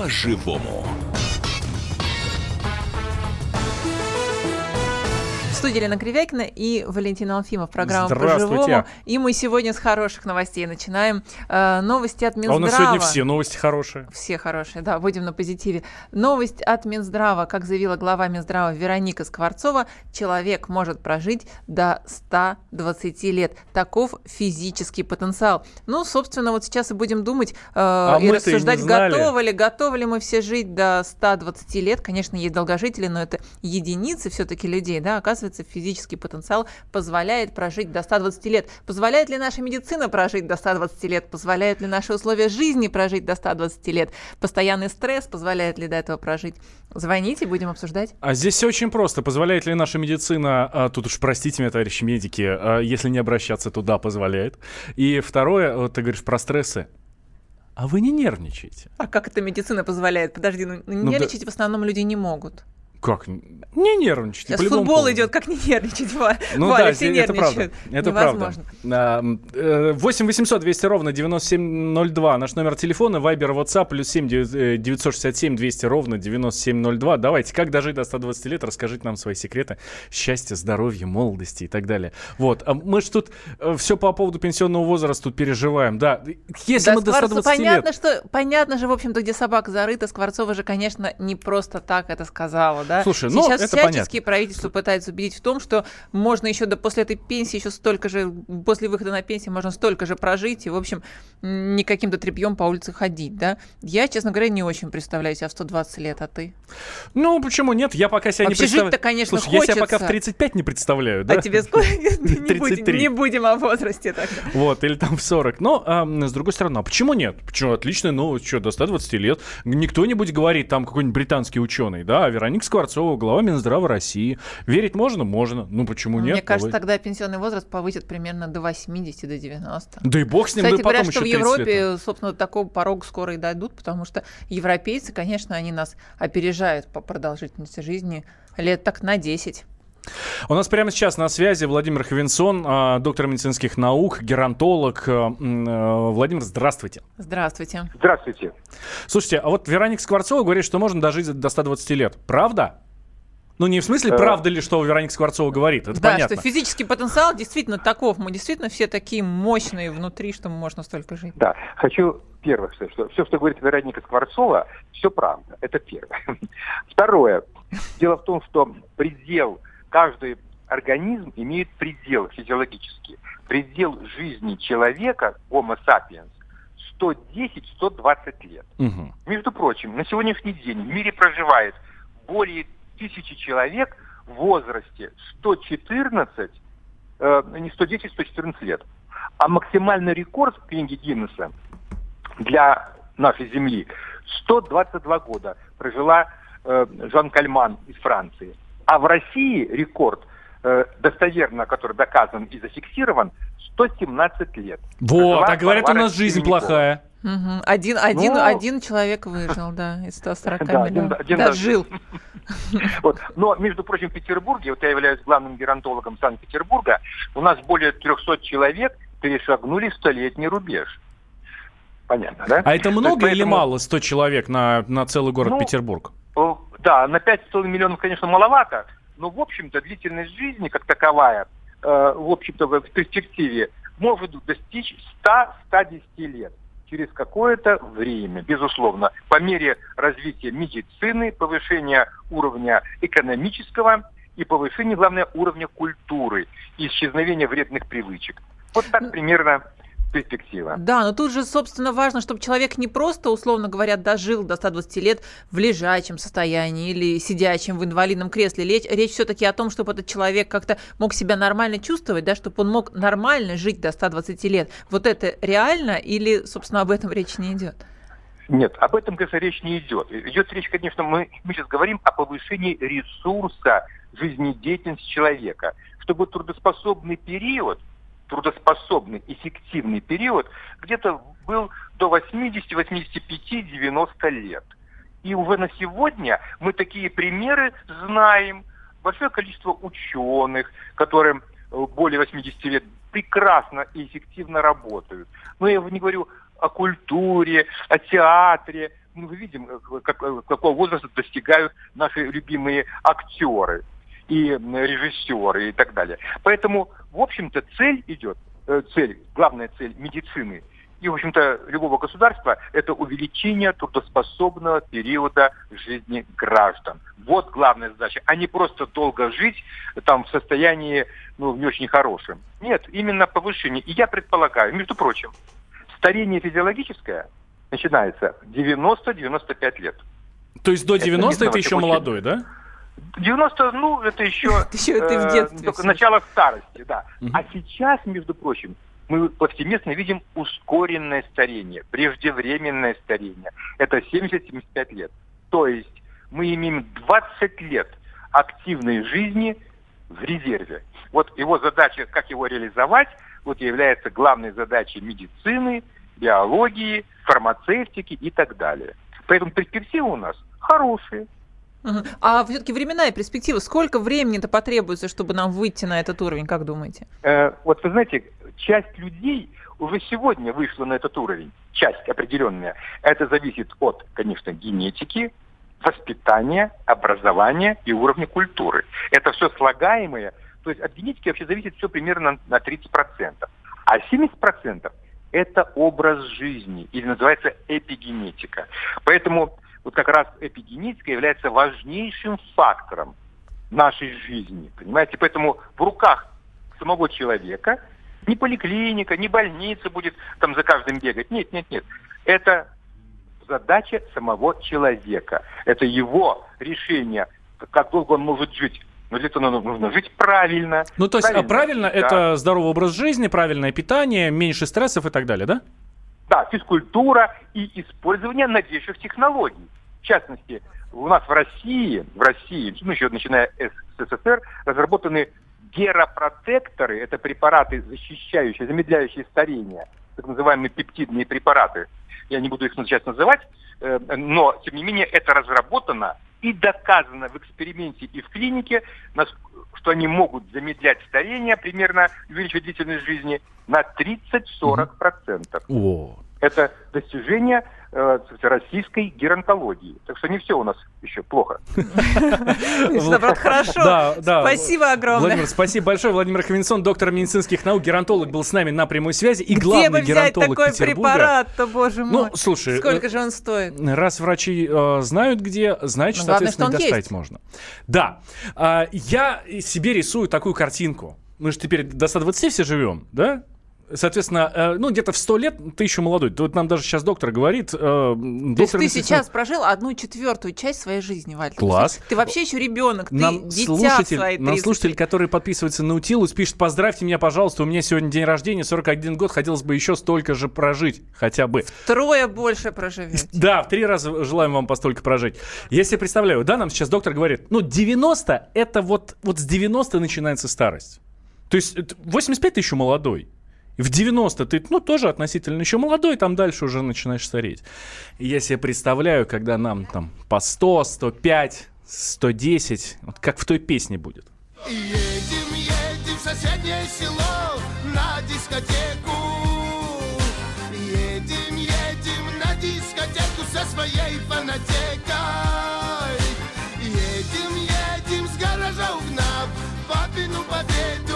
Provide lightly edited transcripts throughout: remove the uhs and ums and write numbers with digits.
по-живому. В студии Елена Кривякина и Валентин Алфимов. Программа «По-живому». И мы сегодня с хороших новостей начинаем. Новости от Минздрава. А у нас сегодня все новости хорошие. Все хорошие, да, будем на позитиве. Новость от Минздрава. Как заявила глава Минздрава Вероника Скворцова, человек может прожить до 120 лет. Таков физический потенциал. Ну, собственно, вот сейчас и будем думать и рассуждать, готовы ли мы все жить до 120 лет. Конечно, есть долгожители, но это единицы все-таки людей, да, оказывается, физический потенциал позволяет прожить до 120 лет. Позволяет ли наша медицина прожить до 120 лет? Позволяют ли наши условия жизни прожить до 120 лет? Постоянный стресс позволяет ли до этого прожить? Звоните, будем обсуждать. А здесь все очень просто. Позволяет ли наша медицина, тут уж простите меня, товарищи медики, если не обращаться туда, позволяет. И второе, вот ты говоришь про стрессы. А вы не нервничайте. А как это медицина позволяет? Подожди, нервничать в основном люди не могут. Как? Не нервничайте. Сейчас футбол идет, как не нервничать? Да, все нервничают. Это правда. 8 800 200 ровно 9702. Наш номер телефона, Вайбер, WhatsApp, +7 967 200 ровно 9702. Давайте, как дожить до 120 лет, расскажите нам свои секреты счастья, здоровья, молодости и так далее. Вот. Мы же тут все по поводу пенсионного возраста тут переживаем. Да, если мы до 120 лет... Понятно же, в общем-то, где собака зарыта. Скворцова же, конечно, не просто так это сказала. Да? Слушай, сейчас это всячески правительство пытается убедить в том, что можно еще после этой пенсии еще столько же, после выхода на пенсию можно столько же прожить и, в общем, не каким-то тряпьем по улице ходить, да? Я, честно говоря, не очень представляю себя в 120 лет, а ты? Ну, почему нет? Я пока себя вообще не представляю. Жить-то, конечно, Слушай, хочется. Я себя пока в 35 не представляю, да? А тебе сколько? 33. Не будем о возрасте тогда. Вот, или там в 40. Но, с другой стороны, а почему нет? Почему? Отличная новость, что, до 120 лет. Никто не будет говорить, там какой-нибудь британский ученый, да? А Вероника Скворцова, глава Минздрава России. Верить можно? Можно. Ну, почему нет? Мне кажется, тогда пенсионный возраст повысят примерно до 80, до 90. Да и бог с ним, кстати, да и потом говорят, еще что 30 в Европе, лет. собственно, такого порога скоро и дойдут, потому что европейцы, конечно, они нас опережают по продолжительности жизни лет так на 10. У нас прямо сейчас на связи Владимир Ховенсон, доктор медицинских наук, геронтолог. Владимир, здравствуйте. Здравствуйте. Здравствуйте. Слушайте, а вот Вероника Скворцова говорит, что можно дожить до 120 лет. Правда? Ну, не в смысле, правда ли, что Вероника Скворцова говорит, это понятно. Да, что физический потенциал действительно таков. Мы действительно все такие мощные внутри, что можно столько жить. Да, хочу первое сказать, что все, что говорит Вероника Скворцова, все правда. Это первое. Второе. Дело в том, что каждый организм имеет предел физиологический. Предел жизни человека, Homo sapiens, 110-120 лет. Угу. Между прочим, на сегодняшний день в мире проживает более 1000 человек в возрасте 114, не 110, 114 лет. А максимальный рекорд в книге Гиннесса для нашей Земли 122 года прожила Жан Кальман из Франции. А в России рекорд, достоверно, который доказан и зафиксирован, 117 лет. Вот, а говорят, у нас жизнь плохая. Угу. Один человек выжил, да, из 140 миллионов. Дожил. Вот. Но, между прочим, в Петербурге, вот я являюсь главным геронтологом Санкт-Петербурга, у нас более 300 человек перешагнули 100-летний рубеж. Понятно, да? А это много или мало, 100 человек на целый город Петербург? Да, на 5,5 миллионов, конечно, маловато, но, в общем-то, длительность жизни как таковая, в общем-то, в перспективе, может достичь 100-110 лет через какое-то время, безусловно, по мере развития медицины, повышения уровня экономического и повышения, главное, уровня культуры и исчезновения вредных привычек. Вот так примерно перспектива. Да, но тут же, собственно, важно, чтобы человек не просто, условно говоря, дожил до 120 лет в лежачем состоянии или сидячем в инвалидном кресле. Речь все-таки о том, чтобы этот человек как-то мог себя нормально чувствовать, да, чтобы он мог нормально жить до 120 лет. Вот это реально или, собственно, об этом речь не идет? Нет, об этом, конечно, речь не идет. Идет речь, конечно, мы сейчас говорим о повышении ресурса жизнедеятельности человека. Чтобы трудоспособный, эффективный период где-то был до 80, 85, 90 лет. И уже на сегодня мы такие примеры знаем. Большое количество ученых, которым более 80 лет, прекрасно и эффективно работают. Но я не говорю о культуре, о театре, мы видим, какого возраста достигают наши любимые актеры и режиссеры и так далее. Поэтому, в общем-то, главная цель медицины и, в общем-то, любого государства – это увеличение трудоспособного периода жизни граждан. Вот главная задача, а не просто долго жить там в состоянии, не очень хорошем. Нет, именно повышение. И я предполагаю, между прочим, старение физиологическое начинается в 90-95 лет. То есть до 90 это еще молодой, да? 90, это еще в детстве начало старости, да. А сейчас, между прочим, мы повсеместно видим ускоренное старение, преждевременное старение. Это 70-75 лет. То есть мы имеем 20 лет активной жизни в резерве. Вот его задача, как его реализовать, является главной задачей медицины, биологии, фармацевтики и так далее. Поэтому перспективы у нас хорошие. А все-таки временная перспектива, сколько времени-то потребуется, чтобы нам выйти на этот уровень, как думаете? Вы знаете, часть людей уже сегодня вышла на этот уровень, часть определенная. Это зависит от, конечно, генетики, воспитания, образования и уровня культуры. Это все слагаемое, то есть от генетики вообще зависит все примерно на 30%. А 70% это образ жизни, или называется эпигенетика. Поэтому как раз эпигенетика является важнейшим фактором нашей жизни. Понимаете? Поэтому в руках самого человека ни поликлиника, ни больница будет там за каждым бегать. Нет. Это задача самого человека. Это его решение, как долго он может жить. Но для этого нужно жить правильно. То есть правильно это здоровый образ жизни, правильное питание, меньше стрессов и так далее, да? Да, физкультура и использование новейших технологий. В частности, у нас в России, еще начиная с СССР, разработаны геропротекторы, это препараты, защищающие, замедляющие старение, так называемые пептидные препараты. Я не буду их сейчас называть, но, тем не менее, это разработано и доказано в эксперименте и в клинике, что они могут замедлять старение, примерно увеличивать длительность жизни на 30-40%. Это достижение российской геронтологии. Так что не все у нас еще плохо. Наоборот, хорошо. Спасибо огромное. Владимир, спасибо большое. Владимир Ховансон, доктор медицинских наук, геронтолог, был с нами на прямой связи. И главный геронтолог Петербурга. Где бы взять такой препарат-то, боже мой? Слушай, сколько же он стоит? Раз врачи знают где, значит, соответственно, достать можно. Да. Я себе рисую такую картинку. Мы же теперь до 120 все живем, да? Соответственно, где-то в 100 лет ты еще молодой. Вот нам даже сейчас доктор говорит... То есть ты сейчас прожил 1/4 часть своей жизни, Валь. Класс. Ты вообще еще ребенок, ты дитя в свои 30. Нам слушатель, который подписывается на Наутилус, пишет: поздравьте меня, пожалуйста, у меня сегодня день рождения, 41 год, хотелось бы еще столько же прожить, хотя бы. Втрое больше проживете. Да, в 3 раза желаем вам постолько прожить. Я себе представляю, нам сейчас доктор говорит, 90 это вот с 90 начинается старость. То есть 85 ты еще молодой. В 90 ты, тоже относительно еще молодой, там дальше уже начинаешь стареть. И я себе представляю, когда нам там по 100, 105, 110, вот как в той песне будет. Едем в соседнее село на дискотеку. Едем на дискотеку со своей фанатекой. Едем с гаража угнав папину победу.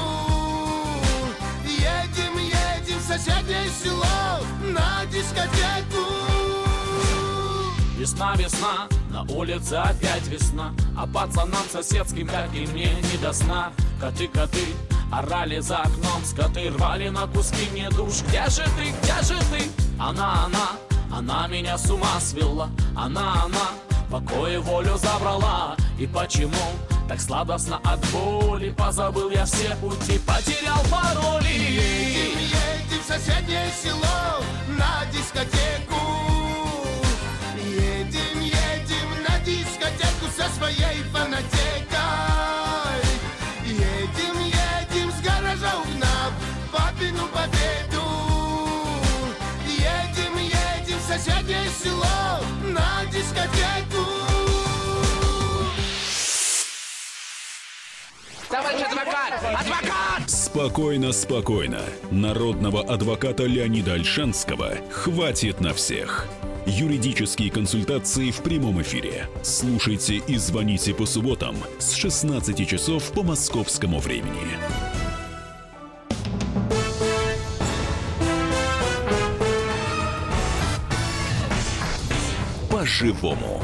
Соседнее село на дискотеку. Весна, на улице опять весна, а пацанам соседским, как и мне, не до сна. Коты, орали за окном, скоты рвали на куски мне душ. Где же ты? Она меня с ума свела. Она покой и волю забрала. И почему так сладостно от боли? Позабыл я все пути, потерял пароли. Едем в соседнее село на дискотеку. Едем на дискотеку со своей фанатекой. Едем с гаража угнав папину победу. Едем в соседнее село на дискотеку. Товарищ адвокат! Спокойно. Народного адвоката Леонида Ольшанского хватит на всех. Юридические консультации в прямом эфире. Слушайте и звоните по субботам с 16 часов по московскому времени. По-живому.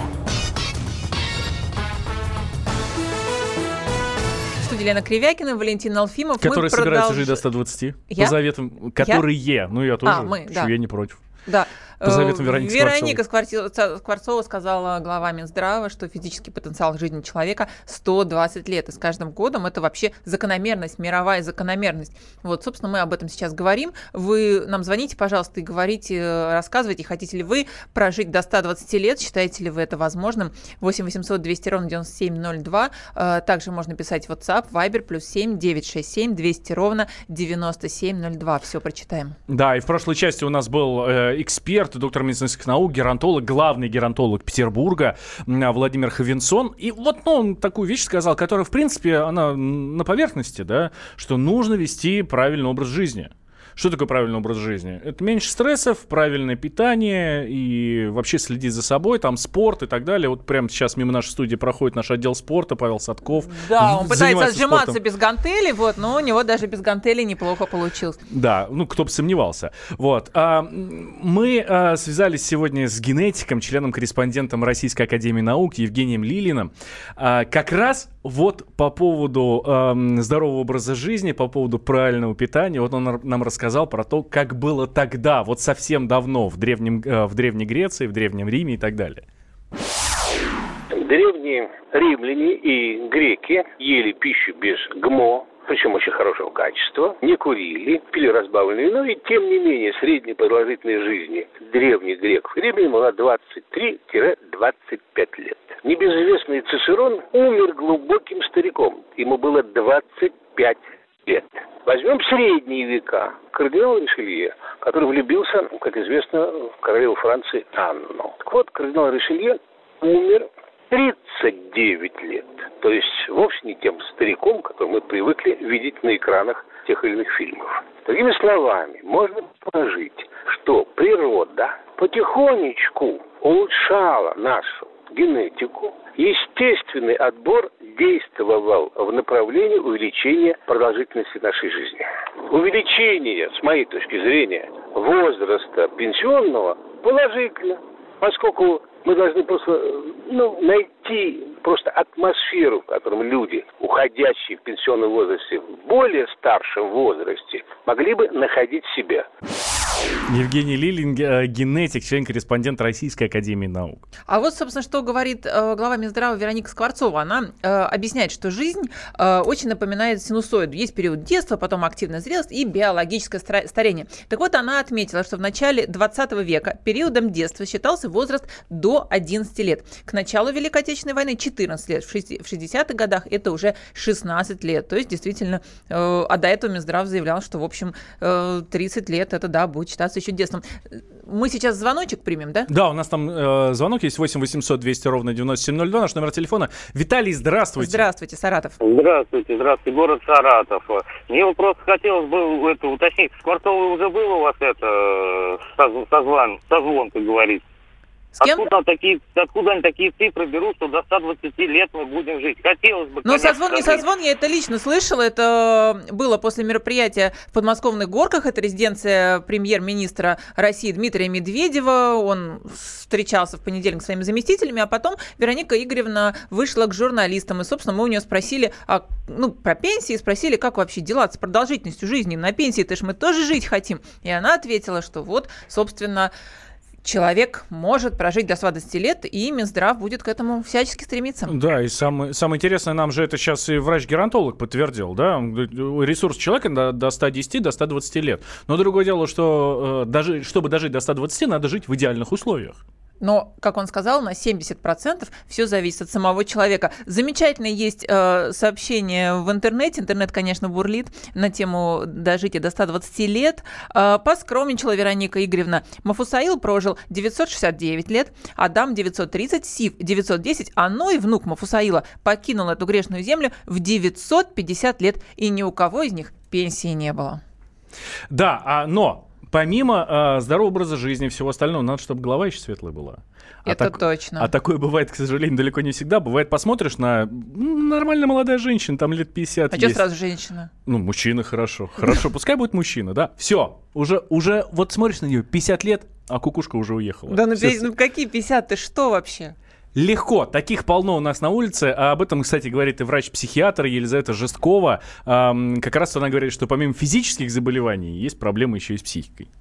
Елена Кривякина, Валентин Алфимов. Которые собираются жить до 120. Я? По заветам, которые... Ну, я тоже, да. Я не против. Да. По заветам Вероника Скворцова сказала, глава Минздрава, что физический потенциал жизни человека 120 лет. И с каждым годом это вообще закономерность, мировая закономерность. Вот, собственно, мы об этом сейчас говорим. Вы нам звоните, пожалуйста, и говорите, рассказывайте, хотите ли вы прожить до 120 лет, считаете ли вы это возможным. 8 800 200 ровно 9702. Также можно писать в WhatsApp, Viber, +7 967 200 ровно 9702. Все прочитаем. Да, и в прошлой части у нас был эксперт, доктор медицинских наук, геронтолог, главный геронтолог Петербурга Владимир Ховенсон. И вот он такую вещь сказал, которая, в принципе, она на поверхности, да, что нужно вести правильный образ жизни. Что такое правильный образ жизни? Это меньше стрессов, правильное питание и вообще следить за собой, там спорт и так далее. Вот прямо сейчас мимо нашей студии проходит наш отдел спорта, Павел Садков. Да, он пытается отжиматься без гантелей, вот, но у него даже без гантелей неплохо получилось. Да, ну кто бы сомневался. Вот. Мы связались сегодня с генетиком, членом-корреспондентом Российской академии наук Евгением Лилиным. Как раз вот по поводу здорового образа жизни, по поводу правильного питания. Вот он нам рассказал про то, как было тогда, вот совсем давно, в Древней Греции, в Древнем Риме и так далее. Древние римляне и греки ели пищу без ГМО, причем очень хорошего качества, не курили, пили разбавленное вино, и тем не менее средняя продолжительность жизни древних греков и римлян была 23-25 лет. Небезызвестный Цицерон умер глубоким стариком, ему было 25 лет. Возьмем средние века. Кардинал Ришелье, который влюбился, как известно, в королеву Франции Анну. Так вот, кардинал Ришелье умер 39 лет. То есть вовсе не тем стариком, который мы привыкли видеть на экранах тех или иных фильмов. Другими словами, можно предположить, что природа потихонечку улучшала нашу генетику. Естественный отбор действовал в направлении увеличения продолжительности нашей жизни. Увеличение, с моей точки зрения, возраста пенсионного положительно, поскольку мы должны просто найти атмосферу, в которой люди, уходящие в пенсионном возрасте, в более старшем возрасте, могли бы находить себя. Евгений Лилин, генетик, член-корреспондент Российской академии наук. А вот, собственно, что говорит глава Минздрава Вероника Скворцова. Она объясняет, что жизнь очень напоминает синусоиду. Есть период детства, потом активная зрелость и биологическое старение. Так вот, она отметила, что в начале 20 века периодом детства считался возраст до 11 лет. К началу Великой Отечественной войны 14 лет. В 60-х годах это уже 16 лет. То есть, действительно, а до этого Минздрав заявлял, что, в общем, 30 лет это, да, будет считаться еще детством. Мы сейчас звоночек примем, да? Да, у нас там звонок есть 8 800 200 ровно 9702, наш номер телефона. Виталий, здравствуйте. Здравствуйте, Саратов. Здравствуйте, город Саратов. Мне вот просто хотелось бы уточнить, Скворцова уже был у вас созвон, как говорится? С кем? Откуда они такие цифры берут, что до 120 лет мы будем жить? Хотелось бы... Ну, созвон, не созвон, я это лично слышала. Это было после мероприятия в подмосковных Горках. Это резиденция премьер-министра России Дмитрия Медведева. Он встречался в понедельник с своими заместителями, а потом Вероника Игоревна вышла к журналистам. И, собственно, мы у нее спросили про пенсии, спросили, как вообще дела с продолжительностью жизни. На пенсии-то ж мы тоже жить хотим. И она ответила, что вот, собственно... Человек может прожить до 120 лет, и Минздрав будет к этому всячески стремиться. Да, и самое интересное, нам же это сейчас и врач-геронтолог подтвердил, да, ресурс человека до 110, до 120 лет. Но другое дело, что чтобы дожить до 120, надо жить в идеальных условиях. Но, как он сказал, на 70% все зависит от самого человека. Замечательно есть сообщение в интернете. Интернет, конечно, бурлит на тему дожития до 120 лет. Поскромничала Вероника Игоревна. Мафусаил прожил 969 лет, Адам 930, Сив 910, а Ной, внук Мафусаила, покинул эту грешную землю в 950 лет, и ни у кого из них пенсии не было. Да, но... помимо здорового образа жизни и всего остального, надо, чтобы голова еще светлая была. Это точно. А такое бывает, к сожалению, далеко не всегда. Бывает, посмотришь на нормальная молодая женщина, там лет 50 есть. А что сразу женщина? Мужчина, хорошо. Хорошо, пускай будет мужчина, да? Все, уже вот смотришь на нее, 50 лет, а кукушка уже уехала. Да, какие 50? Ты что вообще? Легко. Таких полно у нас на улице. А об этом, кстати, говорит и врач-психиатр Елизавета Жесткова. Как раз она говорит, что помимо физических заболеваний есть проблемы еще и с психикой.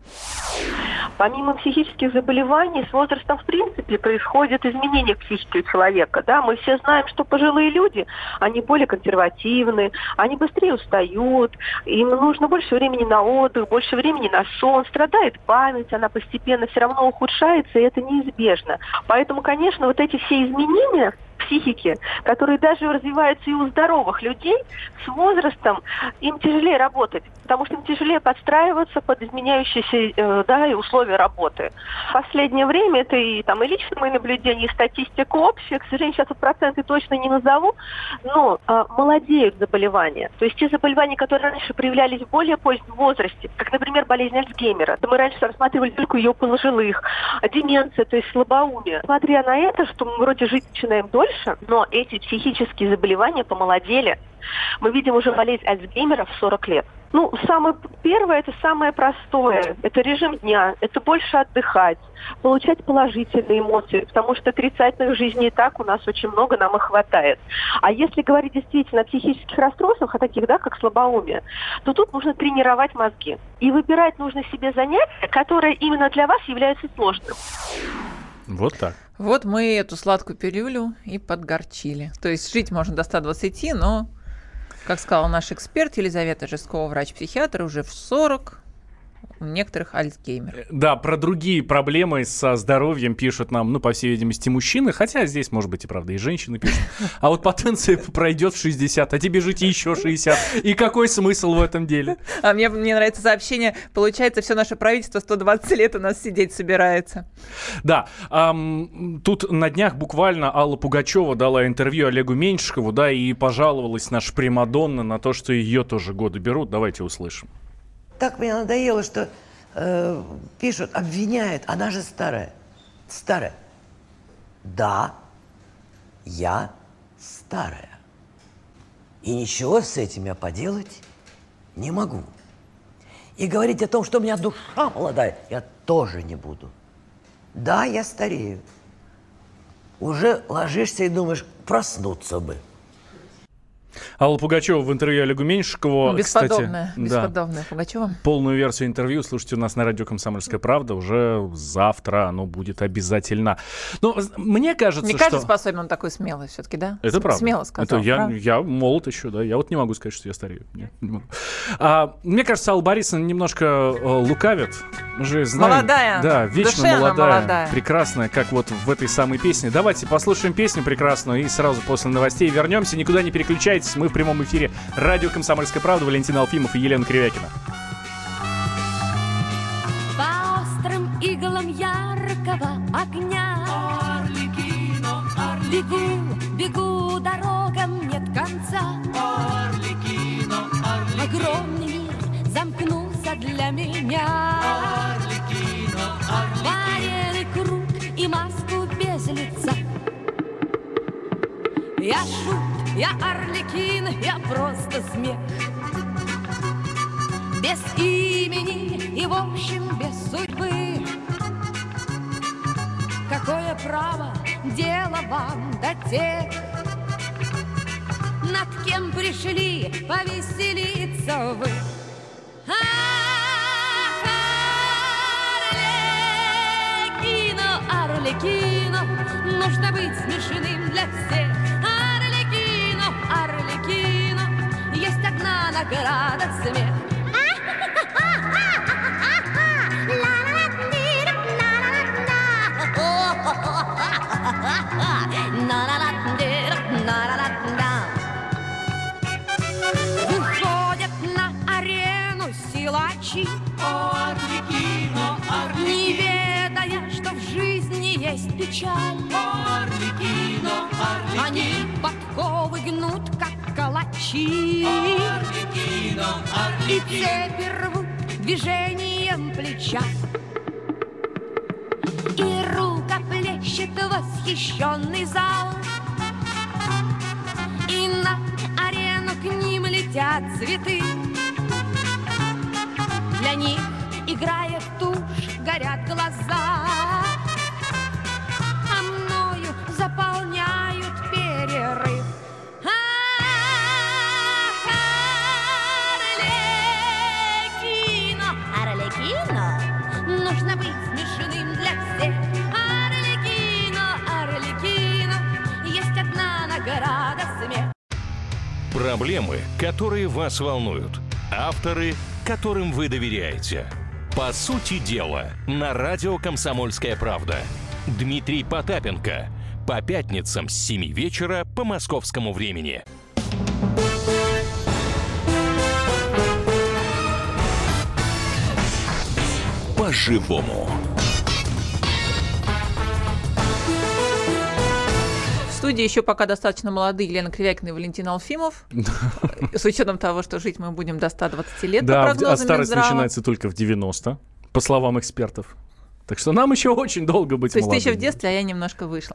Помимо психических заболеваний, с возрастом, в принципе, происходят изменения в психике человека. Да? Мы все знаем, что пожилые люди, они более консервативны, они быстрее устают, им нужно больше времени на отдых, больше времени на сон, страдает память, она постепенно все равно ухудшается, и это неизбежно. Поэтому, конечно, вот эти все изменения психики, которые даже развиваются и у здоровых людей, с возрастом им тяжелее работать, потому что им тяжелее подстраиваться под изменяющиеся и условия работы. В последнее время это и личное мое наблюдение, и статистика общая, к сожалению, сейчас проценты точно не назову, но молодеют заболевания. То есть те заболевания, которые раньше проявлялись в более позднем возрасте, как, например, болезнь Альцгеймера, то мы раньше рассматривали только ее у пожилых, деменция, то есть слабоумие. Смотря на это, что мы вроде жить начинаем дольше, но эти психические заболевания помолодели. Мы видим уже болезнь Альцгеймера в 40 лет. Самое первое, это самое простое. Это режим дня, это больше отдыхать, получать положительные эмоции, потому что отрицательных в жизни и так у нас очень много, нам их хватает. А если говорить действительно о психических расстройствах, о таких, как слабоумие, то тут нужно тренировать мозги. И выбирать нужно себе занятия, которые именно для вас являются сложным. Вот так. Вот мы эту сладкую пилюлю и подгорчили. То есть жить можно до 120, но, как сказал наш эксперт Елизавета Жесткова, врач-психиатр, уже в 40 у некоторых Альцгеймер. Да, про другие проблемы со здоровьем пишут нам, по всей видимости, мужчины, хотя здесь, может быть, и правда, и женщины пишут. А вот потенция пройдет в 60, а тебе жить еще 60. И какой смысл в этом деле? А мне нравится сообщение, получается, все наше правительство 120 лет у нас сидеть собирается. Да, тут на днях буквально Алла Пугачева дала интервью Олегу Меньшикову, и пожаловалась наша примадонна на то, что ее тоже годы берут. Давайте услышим. Так мне надоело, что пишут, обвиняют, она же старая. Старая. Да, я старая. И ничего с этим я поделать не могу. И говорить о том, что у меня душа молодая, я тоже не буду. Да, я старею. Уже ложишься и думаешь, проснуться бы. Алла Пугачева в интервью Олегу Меньшикову. Бесподобная кстати, Пугачева. Полную версию интервью слушайте у нас на радио «Комсомольская правда». Уже завтра оно будет обязательно. Но мне кажется, кажется, способен он такой смелый все-таки, да? Это правда. Смело сказал. Я молод еще, да. Я вот не могу сказать, что я старею. Нет, не могу. Мне кажется, Алла Борисовна немножко лукавит. Мы же знаем, молодая. Да, вечно душевно молодая. Прекрасная, как вот в этой самой песне. Давайте послушаем песню прекрасную и сразу после новостей вернемся. Никуда не переключайтесь. Мы в прямом эфире радио «Комсомольская правда». Валентин Алфимов и Елена Кривякина. По острым иглам яркого огня Арлекино, бегу, бегу, дорогам нет конца. Арлекино, огромный мир замкнулся для меня. Арлекино, Варенный круг и маску без лица. Я шут, я арлекин, я просто смех. Без имени и, в общем, без судьбы. Какое право, дело вам до тех, над кем пришли повеселиться вы. Арлекино, Арлекино, нужно быть смешным для всех. Арлекино, Арлекино, есть одна награда — смех. Выходят на арену силачи, Арлекино, не ведая, что в жизни есть печаль. Арлекино, Они подковы гнут, как калачи, Арлекино, и цепи рвут движением ударом плеча. И рукоплещет восхищенный зал, и на арену к ним летят цветы. Для них, играя в тушь, горят глаза, а мною заполняют перерыв. Арлекино, нужно быть смешным для всех. Арлекино, есть одна награда — смех. Проблемы, которые вас волнуют. Авторы, которым вы доверяете. По сути дела, на радио «Комсомольская правда». Дмитрий Потапенко. По пятницам с 7 вечера по московскому времени. По-живому. В студии еще пока достаточно молодые Елена Кривякина и Валентин Алфимов. С учетом того, что жить мы будем до 120 лет, по прогнозам Минздрава. А старость начинается только в 90, по словам экспертов. Так что нам еще очень долго быть молодыми. То есть ты еще в детстве, а я немножко вышла.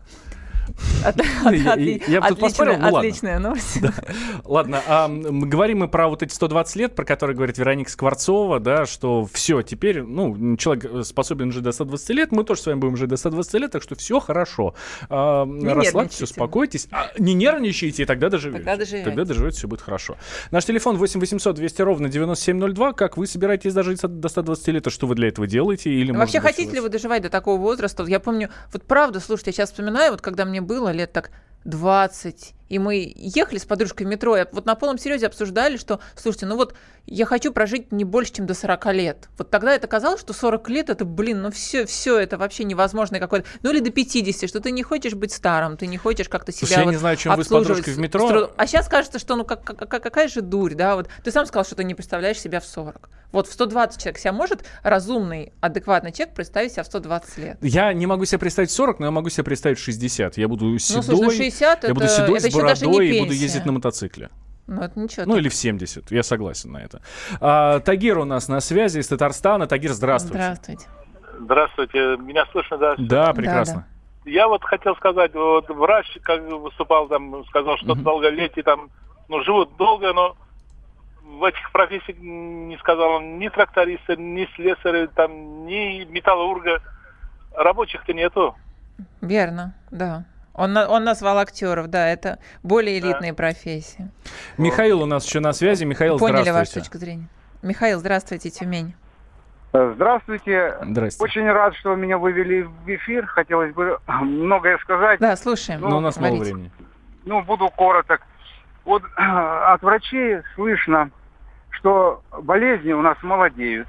Я бы тут поспорил, ну ладно. Отличная новость. Ладно, говорим мы про вот эти 120 лет, про которые говорит Вероника Скворцова, да, что все, теперь, ну, человек способен жить до 120 лет, мы тоже с вами будем жить до 120 лет, так что все хорошо. Расслабьтесь, успокойтесь. Не нервничайте, и тогда доживете. Тогда доживете, все будет хорошо. Наш телефон 8 800 200 ровно 9702. Как вы собираетесь дожить до 120 лет, а что вы для этого делаете? Или, вообще, хотите ли вы доживать до такого возраста? Я помню, вот правда, слушайте, я сейчас вспоминаю, вот когда мне было лет так 20, и мы ехали с подружкой в метро, и вот на полном серьезе обсуждали, что, слушайте, ну вот я хочу прожить не больше, чем до 40 лет. Вот тогда это казалось, что 40 лет это, ну все это вообще невозможно какое-то. Ну или до 50, что ты не хочешь быть старым, ты не хочешь как-то себя я не знаю, чем вы с подружкой в метро. А сейчас кажется, что ну какая же дурь, да, вот ты сам сказал, что ты не представляешь себя в 40. Вот в 120 человек себя может разумный, адекватный человек представить себя в 120 лет? Я не могу себе представить 40, но я могу себе представить 60. Я буду седой, слушай, 60 я буду седой с бородой и буду ездить на мотоцикле. Ну, это ничего. Ну, или в 70, я согласен на это. Тагир у нас на связи из Татарстана. Тагир, здравствуйте. Здравствуйте. Меня слышно, да? Да, прекрасно. Да. Я вот хотел сказать, вот врач, как выступал, там, сказал, что долголетие там, ну, живут долго, но в этих профессиях не сказал ни тракториста, ни слесаря, там, ни металлурга. Рабочих-то нету. Верно, да. Он назвал актеров, да, это более элитные профессии. Михаил у нас еще на связи. Михаил, поняли здравствуйте. вашу точку зрения. Михаил, здравствуйте, Тюмень. Здравствуйте. Здрасте. Очень рад, что меня вывели в эфир. Хотелось бы многое сказать. Да, слушаем. Но у нас мало времени. Ну, буду короток. Вот от врачей слышно, что болезни у нас молодеют.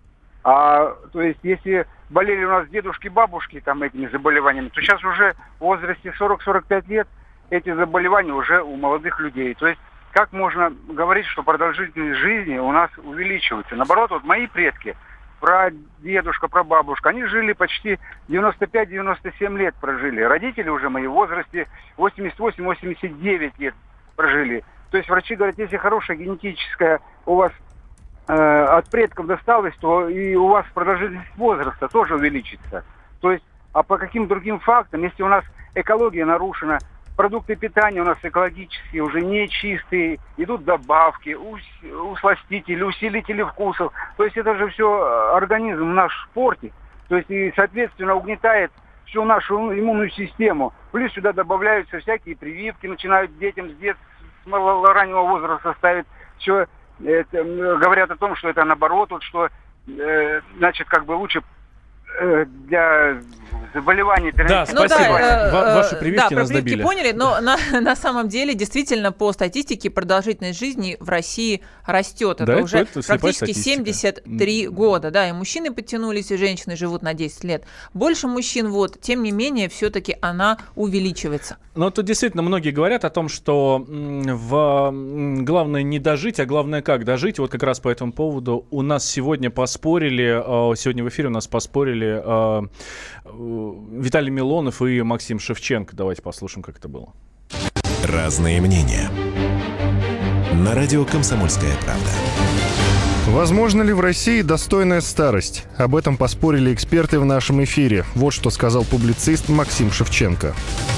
То есть, если болели у нас дедушки, бабушки там этими заболеваниями, то сейчас уже в возрасте 40-45 лет эти заболевания уже у молодых людей. То есть, как можно говорить, что продолжительность жизни у нас увеличивается? Наоборот, вот мои предки, прадедушка, прабабушка, они жили почти 95-97 лет прожили. Родители уже мои в возрасте 88-89 лет прожили. То есть врачи говорят, если хорошая генетическая у вас от предков досталось, то и у вас продолжительность возраста тоже увеличится. То есть, а по каким другим фактам, если у нас экология нарушена, продукты питания у нас экологические, уже не чистые, идут добавки, усластители, усилители вкусов. То есть это же все организм наш портит. То есть и, соответственно, угнетает всю нашу иммунную систему. Плюс сюда добавляются всякие прививки, начинают детям с раннего возраста ставить все. Это, говорят о том, что это наоборот, вот, что значит, как бы лучше для заболеваний. Да, спасибо. Ваши прививки нас добили. Поняли, но на самом деле, действительно, по статистике продолжительность жизни в России растет. Это уже практически 73 года. Да, и мужчины подтянулись, и женщины живут на 10 лет. Больше мужчин, вот, тем не менее, все-таки она увеличивается. Но тут действительно многие говорят о том, что главное не дожить, а главное как дожить. Вот как раз по этому поводу у нас сегодня сегодня в эфире у нас поспорили Виталий Милонов и Максим Шевченко. Давайте послушаем, как это было. Разные мнения. На радио «Комсомольская правда». Возможно ли в России достойная старость? Об этом поспорили эксперты в нашем эфире. Вот что сказал публицист Максим Шевченко.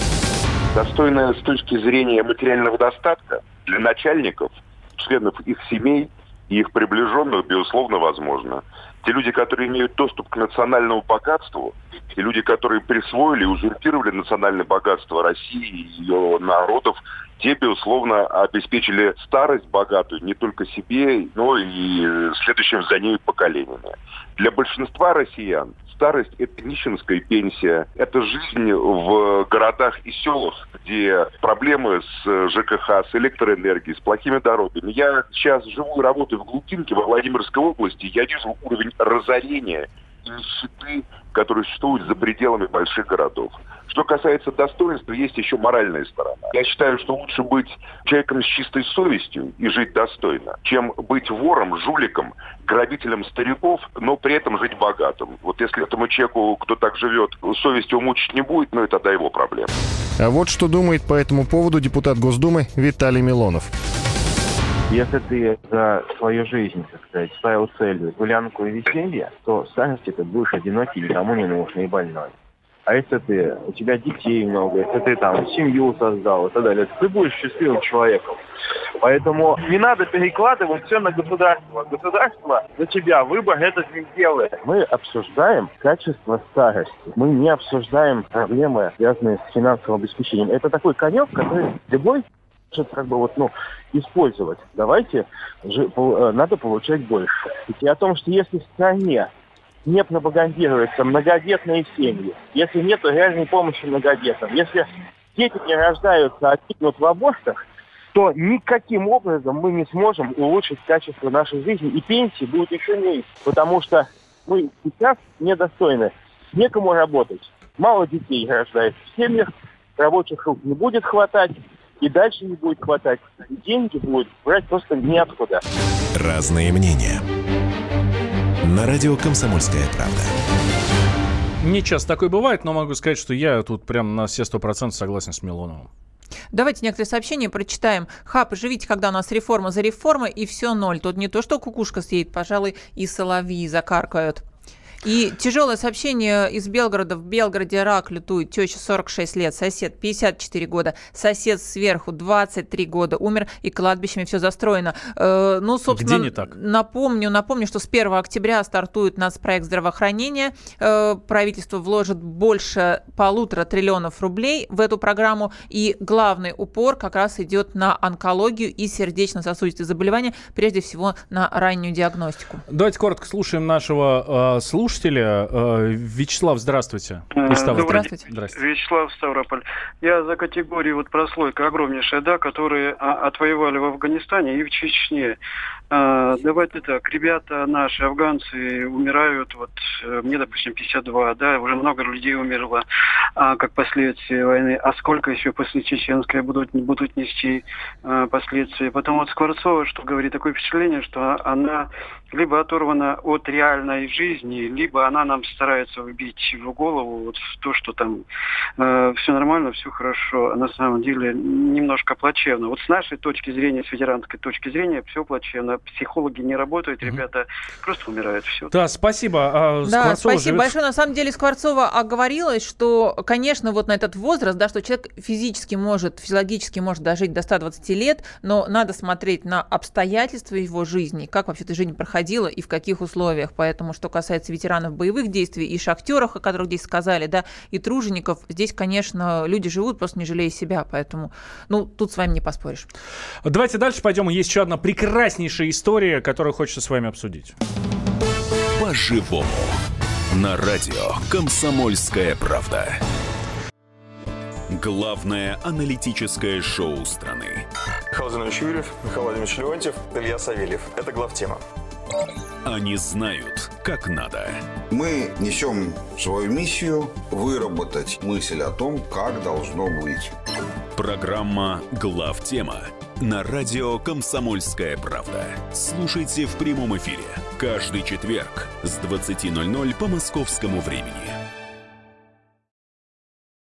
Достойная с точки зрения материального достатка для начальников, членов их семей и их приближенных, безусловно, возможно. Те люди, которые имеют доступ к национальному богатству, те люди, которые присвоили и узурпировали национальное богатство России и ее народов, те, безусловно, обеспечили старость богатую не только себе, но и следующим за ней поколениям. Для большинства россиян старость – это нищенская пенсия, это жизнь в городах и селах, где проблемы с ЖКХ, с электроэнергией, с плохими дорогами. Я сейчас живу и работаю в Глубинке, во Владимирской области. Я вижу уровень разорения и нищеты, которые существуют за пределами больших городов. Что касается достоинства, есть еще моральная сторона. Я считаю, что лучше быть человеком с чистой совестью и жить достойно, чем быть вором, жуликом, грабителем стариков, но при этом жить богатым. Вот если этому человеку, кто так живет, совесть его мучить не будет, ну это тогда его проблема. А вот что думает по этому поводу депутат Госдумы Виталий Милонов. Если ты за свою жизнь, так сказать, ставил целью гулянку и веселье, то в старости ты будешь одинокий, никому не нужный и больной. А если у тебя детей много, если ты там семью создал и так далее, ты будешь счастливым человеком. Поэтому не надо перекладывать все на государство. Государство за тебя выбор этот не делает. Мы обсуждаем качество старости. Мы не обсуждаем проблемы, связанные с финансовым обеспечением. Это такой конек, который любой может использовать. Давайте надо получать больше. И о том, что если в стране не пропагандируются многодетные семьи, если нет реальной помощи многодетным, если дети не рождаются, а гибнут в абортах, то никаким образом мы не сможем улучшить качество нашей жизни, и пенсии будут еще меньше, потому что мы сейчас недостойны, некому работать, мало детей рождается в семьях, рабочих рук не будет хватать, и дальше не будет хватать, и деньги будут брать просто неоткуда. Разные мнения. На радио «Комсомольская правда». Не часто такое бывает, но могу сказать, что я тут прям на все 100% согласен с Милоновым. Давайте некоторые сообщения прочитаем. Живите, когда у нас реформа за реформой, и все ноль. Тут не то, что кукушка съедет, пожалуй, и соловьи закаркают. И тяжелое сообщение из Белгорода. В Белгороде рак лютует. Теща 46 лет, сосед 54 года, сосед сверху 23 года умер, и кладбищами все застроено. Собственно, где не так? Напомню, что с 1 октября стартует нацпроект здравоохранения. Правительство вложит больше 1,5 триллиона рублей в эту программу, и главный упор как раз идет на онкологию и сердечно-сосудистые заболевания, прежде всего на раннюю диагностику. Давайте коротко слушаем нашего слушателя. Вячеслав, здравствуйте. Здравствуйте. Вячеслав, Ставрополь. Я за категорию прослойка огромнейшая, которые отвоевали в Афганистане и в Чечне. Давайте так, ребята наши, афганцы, умирают, мне, допустим, 52, уже много людей умерло, как последствия войны. А сколько еще после чеченской будут нести последствия? Потом Скворцова, что говорит, такое впечатление, что она либо оторвана от реальной жизни, либо она нам старается вбить в голову то, что там все нормально, все хорошо, а на самом деле немножко плачевно. С нашей точки зрения, с ветеранской точки зрения, все плачевно. Психологи не работают, ребята просто умирают. Все. Да, спасибо. Спасибо большое. На самом деле Скворцова оговорилась, что, конечно, на этот возраст, что человек физически может дожить до 120 лет, но надо смотреть на обстоятельства его жизни, как вообще эта жизнь проходила и в каких условиях. Поэтому, что касается ветеранов боевых действий и шахтеров, о которых здесь сказали, и тружеников, здесь, конечно, люди живут, просто не жалея себя. Поэтому, тут с вами не поспоришь. Давайте дальше пойдем. Есть еще одна прекраснейшая история, которую хочется с вами обсудить. По-живому. На радио «Комсомольская правда». Главное аналитическое шоу страны. Михаил Владимирович Юрьев, Михаил Владимирович Леонтьев, Илья Савельев. Это главтема. Они знают, как надо. Мы несем свою миссию выработать мысль о том, как должно быть. Программа «Главтема» на радио «Комсомольская правда». Слушайте в прямом эфире каждый четверг с 20:00 по московскому времени.